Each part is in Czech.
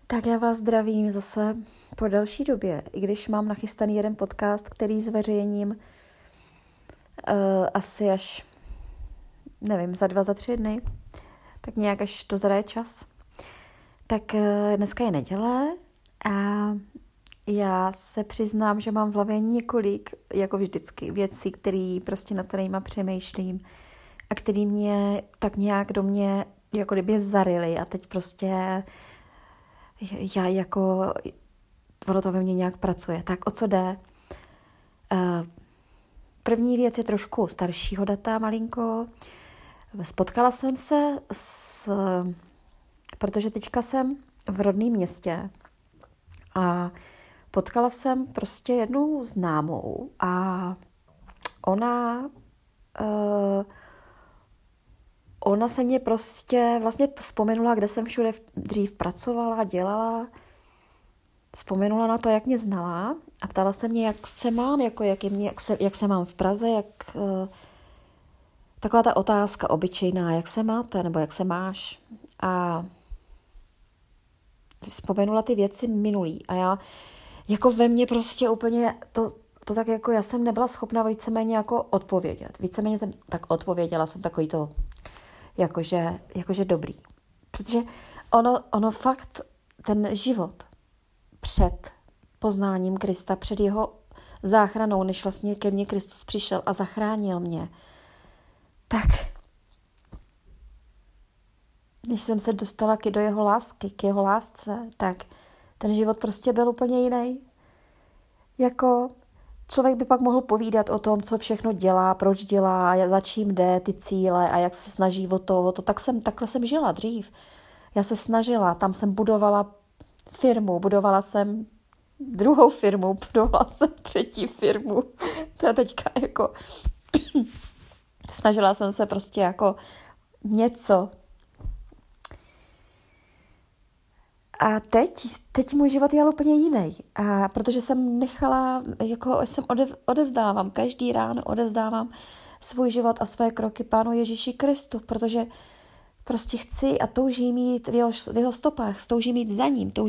Tak já vás zdravím zase po delší době, i když mám nachystaný jeden podcast, který zveřejním asi až, nevím, za 2-3 dny, tak nějak až to zraje čas. Tak dneska je neděle a já se přiznám, že mám v hlavě několik, jako vždycky, věcí, které prostě nad kterýma přemýšlím a které mě tak nějak do mě jako kdyby zarily a teď prostě já jako, ono to ve mně nějak pracuje. Tak o co jde? První věc je trošku staršího data, malinko. Spotkala jsem se protože teďka jsem v rodném městě a potkala jsem prostě jednu známou a ona se mě prostě vlastně vzpomenula, kde jsem všude dřív pracovala, dělala. Vzpomenula na to, jak mě znala a ptala se mě, jak se mám, jako jak se mám v Praze, taková ta otázka obyčejná, jak se máte, nebo jak se máš. A vzpomenula ty věci minulý a já jako ve mně prostě úplně to tak jako já jsem nebyla schopna víceméně jako odpovědět. Víceméně tak odpověděla jsem takový to jakože dobrý. Protože ono fakt ten život před poznáním Krista, před jeho záchranou, než vlastně ke mně Kristus přišel a zachránil mě, tak než jsem se dostala do jeho lásky, k jeho lásce, tak ten život prostě byl úplně jiný. Jako člověk by pak mohl povídat o tom, co všechno dělá, proč dělá, za čím jde, ty cíle a jak se snaží o to. Takhle jsem žila dřív. Já se snažila, tam jsem budovala firmu, budovala jsem druhou firmu, budovala jsem třetí firmu. To je teďka jako snažila jsem se prostě jako něco. A teď můj život je úplně jiný. A protože jsem nechala, jako jsem odevzdávám, každý ráno odevzdávám svůj život a své kroky Pánu Ježíši Kristu, protože prostě chci a toužím jít v jeho stopách, toužím jít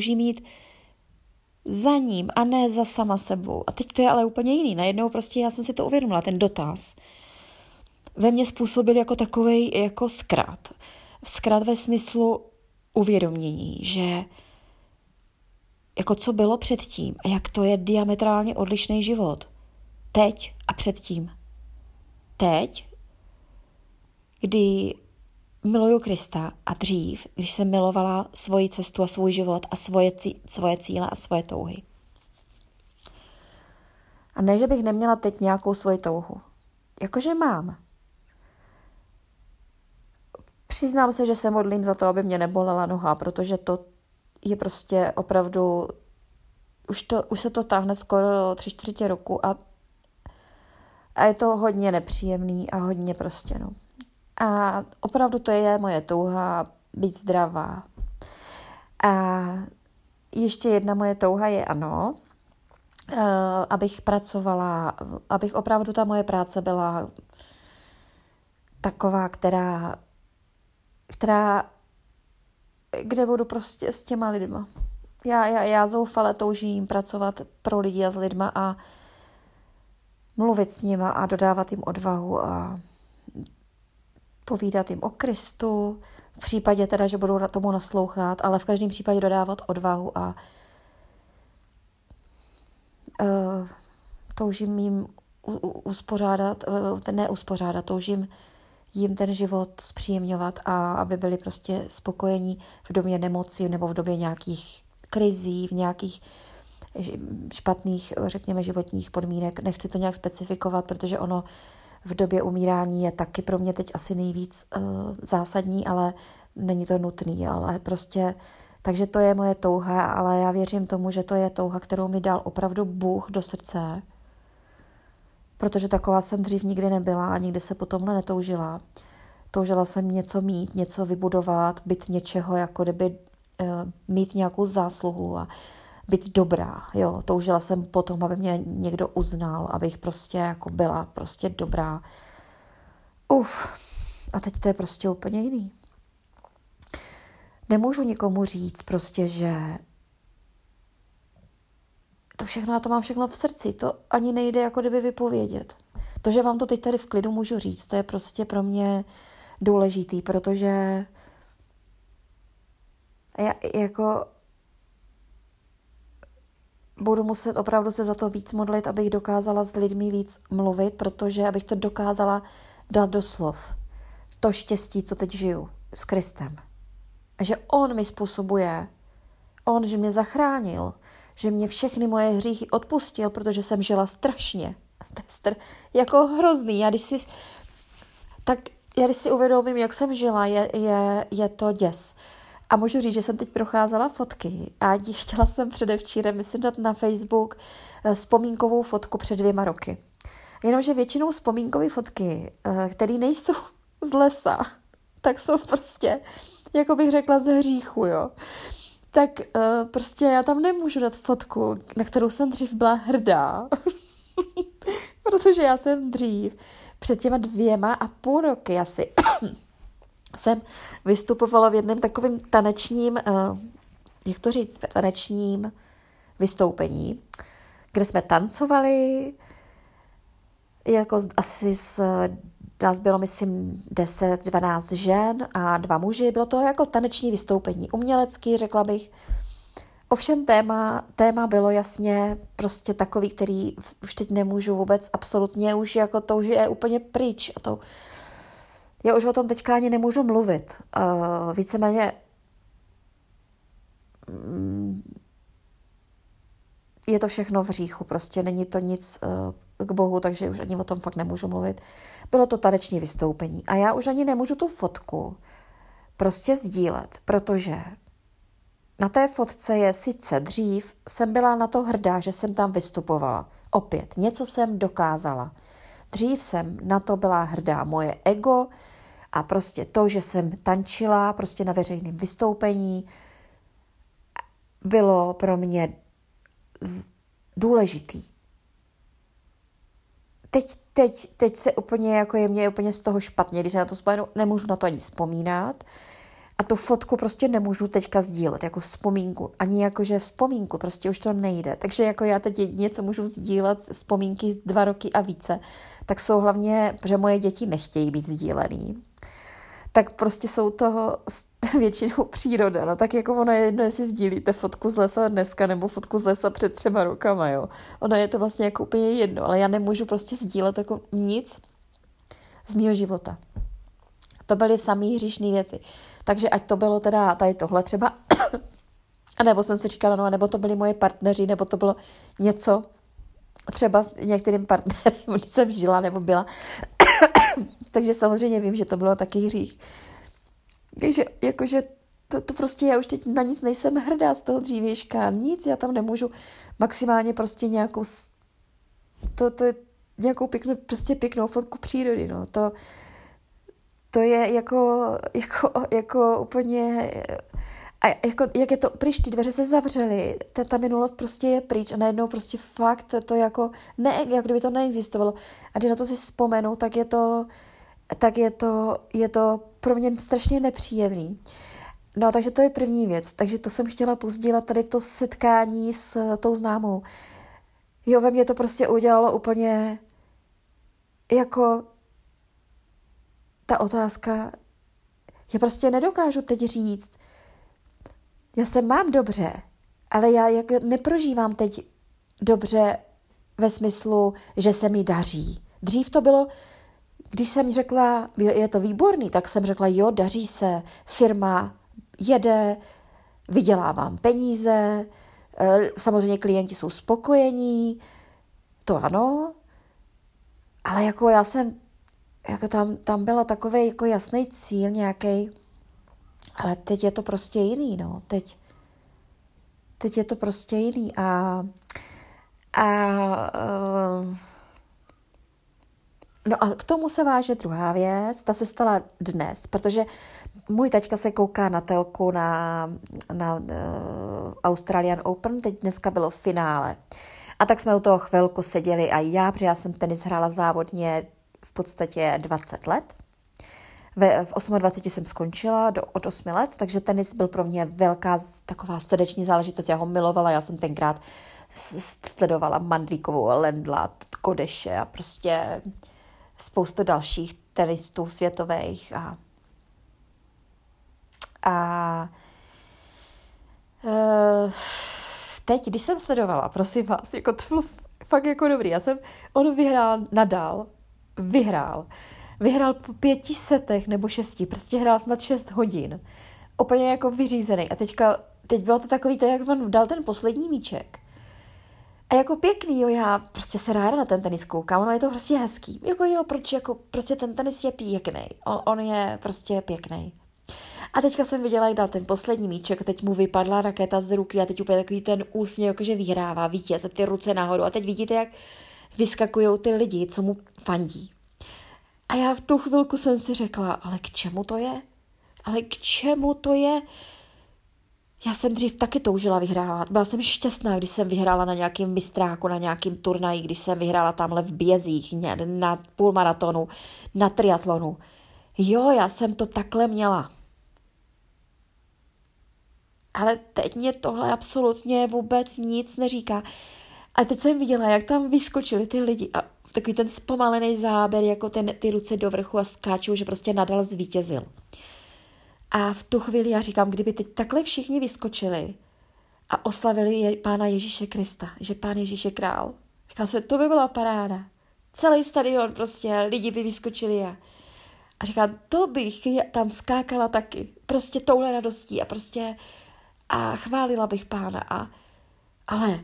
za ním a ne za sama sebou. A teď to je ale úplně jiný. Najednou prostě já jsem si to uvědomila, ten dotaz ve mně způsobil jako takovej jako zkrat. Zkrat ve smyslu uvědomění, že jako co bylo předtím a jak to je diametrálně odlišný život. Teď a předtím. Teď, kdy miluju Krista a dřív, když jsem milovala svoji cestu a svůj život a svoje cíle a svoje touhy. A ne, že bych neměla teď nějakou svoji touhu. Jakože mám. Přiznám se, že se modlím za to, aby mě nebolela noha, protože to je prostě opravdu, už se to táhne skoro 3/4 roku a je to hodně nepříjemný a hodně prostě, no. A opravdu to je moje touha být zdravá. A ještě jedna moje touha je abych pracovala, abych opravdu ta moje práce byla taková, kde budu prostě s těma lidma. Já zoufale toužím pracovat pro lidi a s lidma a mluvit s nima a dodávat jim odvahu a povídat jim o Kristu, v případě teda, že budou na tomu naslouchat, ale v každém případě dodávat odvahu a toužím jim toužím jim ten život zpříjemňovat a aby byli prostě spokojení v době nemoci nebo v době nějakých krizí, v nějakých špatných, řekněme, životních podmínek. Nechci to nějak specifikovat, protože ono v době umírání je taky pro mě teď asi nejvíc zásadní, ale není to nutný, ale prostě, takže to je moje touha, ale já věřím tomu, že to je touha, kterou mi dal opravdu Bůh do srdce, protože taková jsem dřív nikdy nebyla a nikdy se po tomhle netoužila. Toužila jsem něco mít, něco vybudovat, být něčeho, jako kdyby mít nějakou zásluhu a být dobrá. Jo, toužila jsem potom, aby mě někdo uznal, abych prostě jako byla prostě dobrá. A teď to je prostě úplně jiný. Nemůžu nikomu říct prostě, že to všechno, já to mám všechno v srdci, to ani nejde jako kdyby vypovědět. To, že vám to teď tady v klidu můžu říct, to je prostě pro mě důležitý, protože já jako budu muset opravdu se za to víc modlit, abych dokázala s lidmi víc mluvit, protože abych to dokázala dát do slov. To štěstí, co teď žiju s Kristem. A že on mi způsobuje, že mě zachránil, že mě všechny moje hříchy odpustil, protože jsem žila strašně. Jako hrozný. Já když si uvědomím, jak jsem žila, je to děs. A můžu říct, že jsem teď procházela fotky a chtěla jsem předevčírem, myslím, dát na Facebook vzpomínkovou fotku před 2 roky. Jenomže většinou vzpomínkové fotky, které nejsou z lesa, tak jsou prostě, jako bych řekla, ze hříchu, jo. Tak prostě já tam nemůžu dát fotku, na kterou jsem dřív byla hrdá. Protože já jsem dřív, před těma 2,5 roky asi, jsem vystupovala v jednom takovém tanečním, tanečním vystoupení, kde jsme tancovali, jako asi nás bylo, myslím, 10-12 žen a 2 muži. Bylo to jako taneční vystoupení, umělecký, řekla bych. Ovšem téma bylo jasně prostě takový, který už teď nemůžu vůbec absolutně, už jako to už je úplně pryč. Já už o tom teďka ani nemůžu mluvit. Víceméně je to všechno v hříchu, prostě není to nic k Bohu, takže už ani o tom fakt nemůžu mluvit. Bylo to taneční vystoupení a já už ani nemůžu tu fotku prostě sdílet, protože na té fotce je sice dřív, jsem byla na to hrdá, že jsem tam vystupovala. Opět, něco jsem dokázala. Dřív jsem na to byla hrdá, moje ego a prostě to, že jsem tančila prostě na veřejném vystoupení, bylo pro mě důležitý. Teď se úplně, jako je mě úplně z toho špatně, když se na to vzpomenu, nemůžu na to ani vzpomínat a tu fotku prostě nemůžu teďka sdílet, jako vzpomínku, ani jakože vzpomínku, prostě už to nejde. Takže jako já teď jedině, co můžu sdílet vzpomínky 2 roky a více, tak jsou hlavně, že moje děti nechtějí být sdílený. Tak prostě jsou toho většinou příroda, no tak jako ono je jedno, jestli sdílíte fotku z lesa dneska nebo fotku z lesa před 3 rokama, jo. Ono je to vlastně jako úplně jedno, ale já nemůžu prostě sdílet jako nic z mýho života. To byly samý hříšný věci. Takže ať to bylo teda tady tohle třeba, a nebo jsem si říkala, no, nebo to byli moje partneři, nebo to bylo něco, třeba s některým partnerem, když jsem žila nebo byla. Takže samozřejmě vím, že to bylo taky hřích. Takže jakože to prostě já už teď na nic nejsem hrdá z toho dřívějška, nic, já tam nemůžu maximálně prostě nějakou nějakou pěknou fotku přírody, no, to je jako úplně, a jako, jak je to pryč, ty dveře se zavřely, ta minulost prostě je pryč a najednou prostě fakt to jako, jak kdyby to neexistovalo. A když na to si vzpomenu, tak je to pro mě strašně nepříjemný. No, takže to je první věc. Takže to jsem chtěla pozdílet tady to setkání s tou známou. Jo, ve mně to prostě udělalo úplně jako ta otázka, já prostě nedokážu teď říct, já se mám dobře, ale já neprožívám teď dobře ve smyslu, že se mi daří. Dřív to bylo, když jsem řekla, je to výborný, tak jsem řekla, jo, daří se, firma jede, vydělávám peníze, samozřejmě klienti jsou spokojení, to ano, ale jako já jsem, jako tam byla takový jako jasný cíl nějaký, ale teď je to prostě jiný, no, teď je to prostě jiný no a k tomu se váže druhá věc, ta se stala dnes, protože můj taťka se kouká na telku na Australian Open, teď dneska bylo finále. A tak jsme u toho chvilku seděli a protože já jsem tenis hrála závodně v podstatě 20 let. v 28 jsem skončila od 8 let, takže tenis byl pro mě velká taková srdeční záležitost. Já ho milovala, já jsem tenkrát sledovala Mandlíkovou, Lendla, Kodeše a prostě spoustu dalších tenistů světových teď, když jsem sledovala, prosím vás, jako to bylo fakt jako dobrý. On vyhrál po 5 setech nebo 6, prostě hrál snad 6 hodin. Úplně jako vyřízený. A teď bylo to takový to, jak on dal ten poslední míček. A jako pěkný, jo, já prostě se ráda na ten tenis koukám, ono je to prostě hezký. Prostě ten tenis je pěkný. On je prostě pěkný. A teďka jsem viděla, jak dal ten poslední míček, teď mu vypadla raketa z ruky a teď úplně takový ten úsměv, jakože vyhrává, vítěz a ty ruce nahoru. A teď vidíte, jak vyskakují ty lidi, co mu fandí. A já v tu chvilku jsem si řekla, ale k čemu to je? Já jsem dřív taky toužila vyhrávat. Byla jsem šťastná, když jsem vyhrála na nějakém mistráku, na nějakém turnaji, když jsem vyhrála tamhle v bězích, na půlmaratonu, na triatlonu. Jo, já jsem to takhle měla. Ale teď mě tohle absolutně vůbec nic neříká. A teď jsem viděla, jak tam vyskočili ty lidi a takový ten zpomalený záběr, jako ty ruce do vrchu a skáčou, že prostě Nadal zvítězil. A v tu chvíli já říkám, kdyby teď takhle všichni vyskočili a oslavili Pána Ježíše Krista, že Pán Ježíš je král. Říkám se, to by byla paráda. Celý stadion prostě, lidi by vyskočili a říkám, to bych tam skákala taky. Prostě touhle radostí a chválila bych Pána. Ale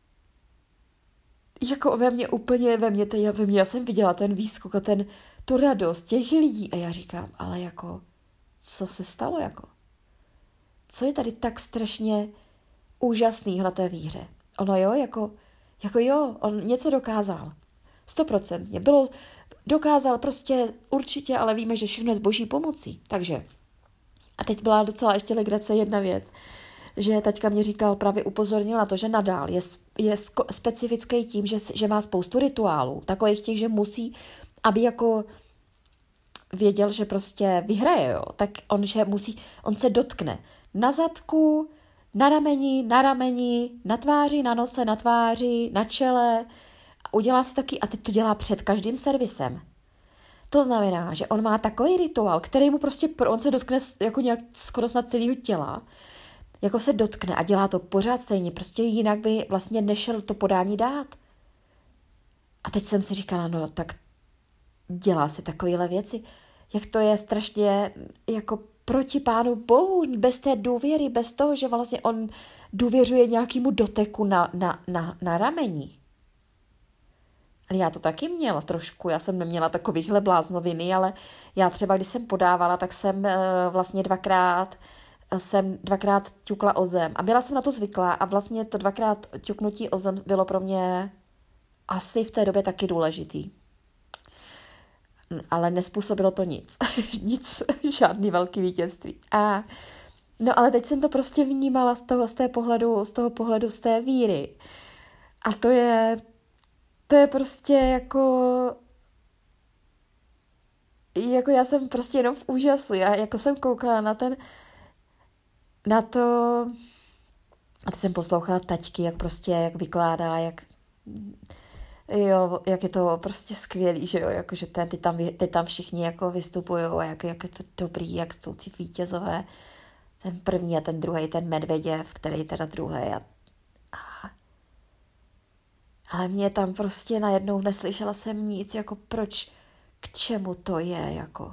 jako ve mně, já jsem viděla ten výskok a tu radost těch lidí a já říkám, ale jako, co se stalo jako? Co je tady tak strašně úžasného na té víře? Ono jo, jako jo, on něco dokázal. 100%. Dokázal prostě určitě, ale víme, že všechno je s boží pomocí. Takže. A teď byla docela ještě legrace jedna věc, že taťka mě právě upozornila na to, že Nadal je specifický tím, že má spoustu rituálů, takových těch, že musí, aby jako věděl, že prostě vyhraje, jo, tak on se dotkne na zadku, na rameni, na tváři, na nose, na tváři, na čele a udělá si taky, a teď to dělá před každým servisem. To znamená, že on má takový rituál, který mu prostě, on se dotkne jako nějak skoro snad celého těla, jako se dotkne a dělá to pořád stejně, prostě jinak by vlastně nešel to podání dát. A teď jsem si říkala, no tak dělá si takovéhle věci, jak to je strašně jako proti Pánu Bohu, bez té důvěry, bez toho, že vlastně on důvěřuje nějakému doteku na rameni. Ale já to taky měla trošku, já jsem neměla takovýchhle bláznoviny, ale já třeba, když jsem podávala, tak jsem vlastně dvakrát ťukla o zem a byla jsem na to zvyklá a vlastně to 2krát ťuknutí o zem bylo pro mě asi v té době taky důležitý. Ale nespůsobilo to nic. Žádný velký vítězství. No ale teď jsem to prostě vnímala z toho pohledu z té víry. A to je prostě jako já jsem prostě jenom v úžasu. Já jako jsem koukala na to a teď jsem poslouchala taťky, jak vykládá, jak je to prostě skvělý, že jo, jakože teď tam všichni jako vystupujou a jak je to dobrý, jak jsou ty vítězové, ten první a ten druhý, ten Medveděv, který teda druhý ale mě tam prostě najednou neslyšela jsem nic, jako proč, k čemu to je, jako.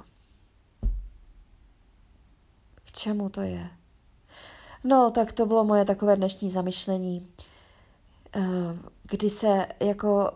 K čemu to je? No, tak to bylo moje takové dnešní zamyšlení, kdy se jako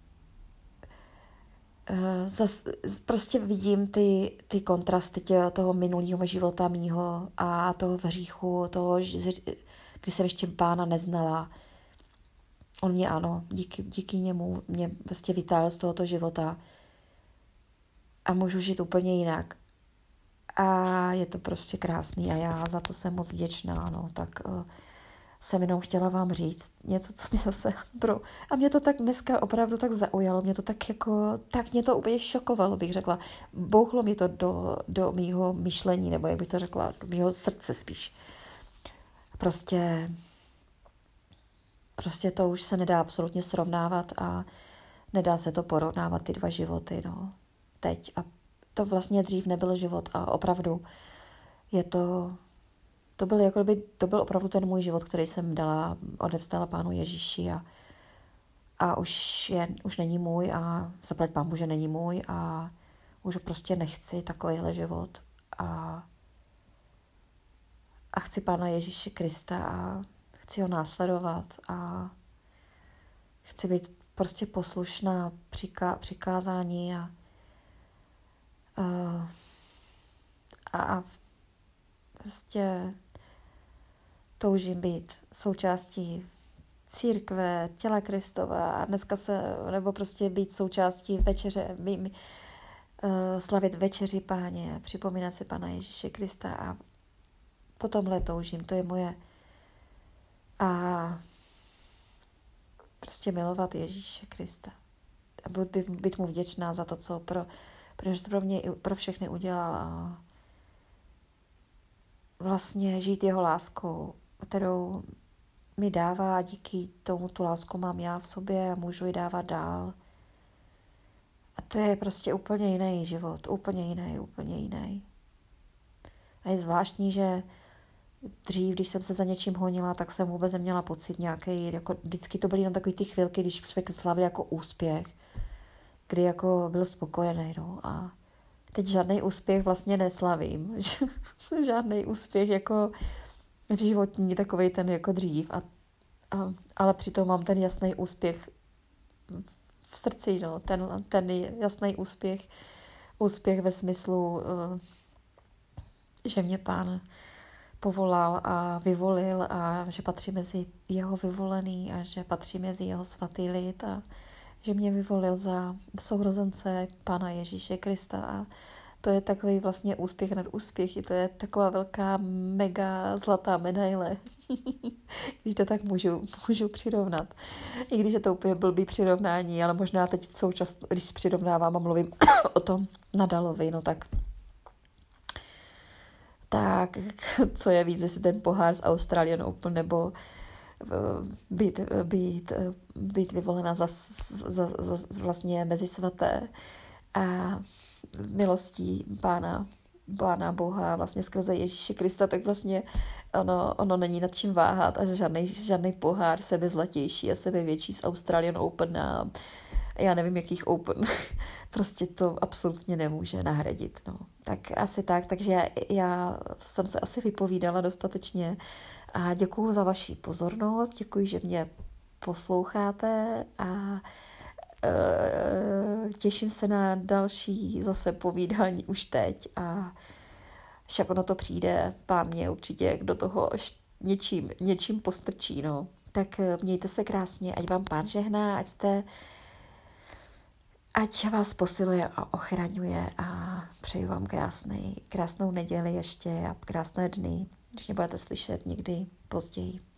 prostě vidím ty kontrasty toho minulého života mýho a toho hříchu, kdy jsem ještě Pána neznala. On mě díky němu mě vlastně vytáhl z tohoto života a můžu žít úplně jinak. A je to prostě krásný a já za to jsem moc vděčná, no, tak jsem jenom chtěla vám říct něco, co mi zase A mě to tak dneska opravdu tak zaujalo, mě to tak mě to úplně šokovalo, bych řekla. Bouchlo mi to do mýho myšlení, nebo jak bych to řekla, do mýho srdce spíš. Prostě to už se nedá absolutně srovnávat a nedá se to porovnávat, ty dva životy, no. Teď. A to vlastně dřív nebyl život a opravdu to byl opravdu ten můj život, který jsem odevzdala Pánu Ježíši a už není můj a zaplať Pán Bože není můj a už prostě nechci takovýhle život a chci Pána Ježíše Krista a chci ho následovat a chci být prostě poslušná přikázání a prostě toužím být součástí církve, těla Kristova a dneska nebo prostě být součástí večeře, slavit večeři Páně, připomínat si Pána Ježíše Krista a po tomhle toužím, to je moje a prostě milovat Ježíše Krista a být mu vděčná za to, protože to pro mě i pro všechny udělal a vlastně žít jeho láskou, kterou mi dává a díky tomu tu lásku mám já v sobě a můžu ji dávat dál. A to je prostě úplně jiný život, úplně jiný. A je zvláštní, že dřív, když jsem se za něčím honila, tak jsem vůbec neměla pocit nějaký, jako vždycky to byly jenom takový ty chvilky, když člověk slavil jako úspěch, kdy jako byl spokojený, no a teď žádný úspěch vlastně neslavím. Žádný úspěch jako v životní, takovej ten jako dřív. Ale přitom mám ten jasný úspěch v srdci, no. Ten jasný úspěch ve smyslu, že mě Pán povolal a vyvolil a že patří mezi jeho vyvolený a že patří mezi jeho svatý lid a že mě vyvolil za sourozence Pána Ježíše Krista a to je takový vlastně úspěch nad úspěchy, to je taková velká mega zlatá medaile, když to tak můžu přirovnat. I když je to úplně blbý přirovnání, ale možná teď když přirovnávám a mluvím o tom Nadalovi, no tak co je víc, jestli ten pohár z Australian Open nebo být vyvolena za vlastně mezi svaté a milostí Pána Boha vlastně skrze Ježíše Krista, tak vlastně ono není nad čím váhat a žádný pohár sebezlatější a sebevětší z Australian Open a já nevím, jakých Open. Prostě to absolutně nemůže nahradit. No. Tak asi tak, takže já jsem se asi vypovídala dostatečně a děkuju za vaši pozornost, děkuji, že mě posloucháte a těším se na další zase povídání už teď a však ono to přijde, Pán mě určitě do toho něčím postrčí, no. Tak mějte se krásně, ať vám Pán žehná, ať vás posiluje a ochraňuje a přeju vám krásnou neděli ještě a krásné dny, když mě budete slyšet někdy později.